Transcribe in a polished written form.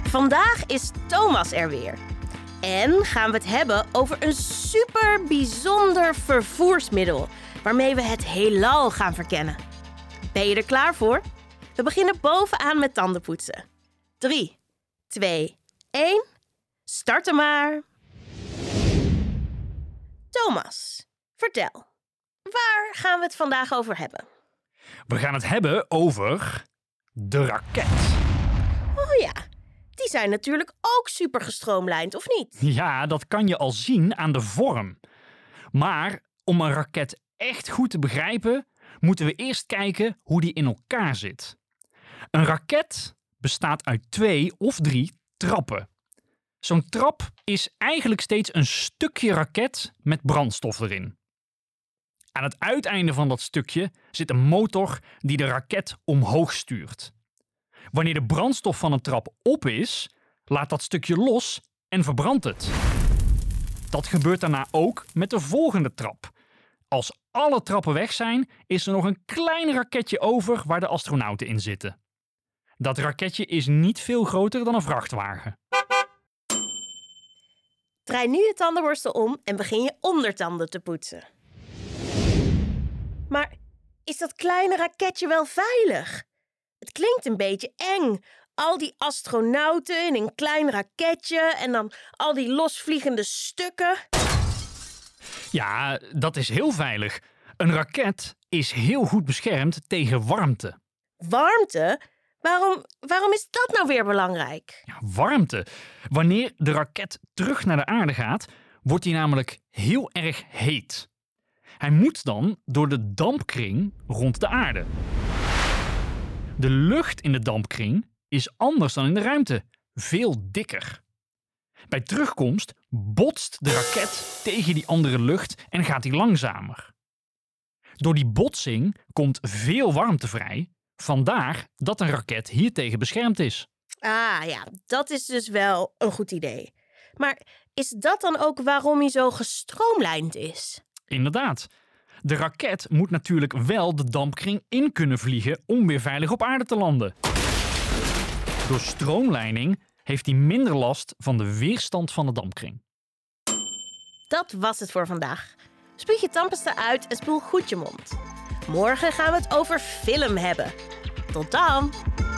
Vandaag is Thomas er weer. En gaan we het hebben over een super bijzonder vervoersmiddel waarmee we het heelal gaan verkennen. Ben je er klaar voor? We beginnen bovenaan met tandenpoetsen. 3, 2, 1. Start hem maar. Thomas, vertel. Waar gaan we het vandaag over hebben? We gaan het hebben over de raket. Oh ja, die zijn natuurlijk ook super gestroomlijnd, of niet? Ja, dat kan je al zien aan de vorm. Maar om een raket echt goed te begrijpen, moeten we eerst kijken hoe die in elkaar zit. Een raket bestaat uit 2 of 3 trappen. Zo'n trap is eigenlijk steeds een stukje raket met brandstof erin. Aan het uiteinde van dat stukje zit een motor die de raket omhoog stuurt. Wanneer de brandstof van een trap op is, laat dat stukje los en verbrandt het. Dat gebeurt daarna ook met de volgende trap. Als alle trappen weg zijn, is er nog een klein raketje over waar de astronauten in zitten. Dat raketje is niet veel groter dan een vrachtwagen. Draai nu de tandenborstel om en begin je ondertanden te poetsen. Maar is dat kleine raketje wel veilig? Het klinkt een beetje eng. Al die astronauten in een klein raketje en dan al die losvliegende stukken. Ja, dat is heel veilig. Een raket is heel goed beschermd tegen warmte. Warmte? Waarom is dat nou weer belangrijk? Ja, warmte. Wanneer de raket terug naar de aarde gaat, wordt hij namelijk heel erg heet. Hij moet dan door de dampkring rond de aarde. De lucht in de dampkring is anders dan in de ruimte. Veel dikker. Bij terugkomst botst de raket tegen die andere lucht en gaat hij langzamer. Door die botsing komt veel warmte vrij. Vandaar dat een raket hiertegen beschermd is. Ah ja, dat is dus wel een goed idee. Maar is dat dan ook waarom hij zo gestroomlijnd is? Inderdaad. De raket moet natuurlijk wel de dampkring in kunnen vliegen om weer veilig op aarde te landen. Door stroomlijning heeft hij minder last van de weerstand van de dampkring. Dat was het voor vandaag. Spuug je tandpasta uit en spoel goed je mond. Morgen gaan we het over film hebben. Tot dan!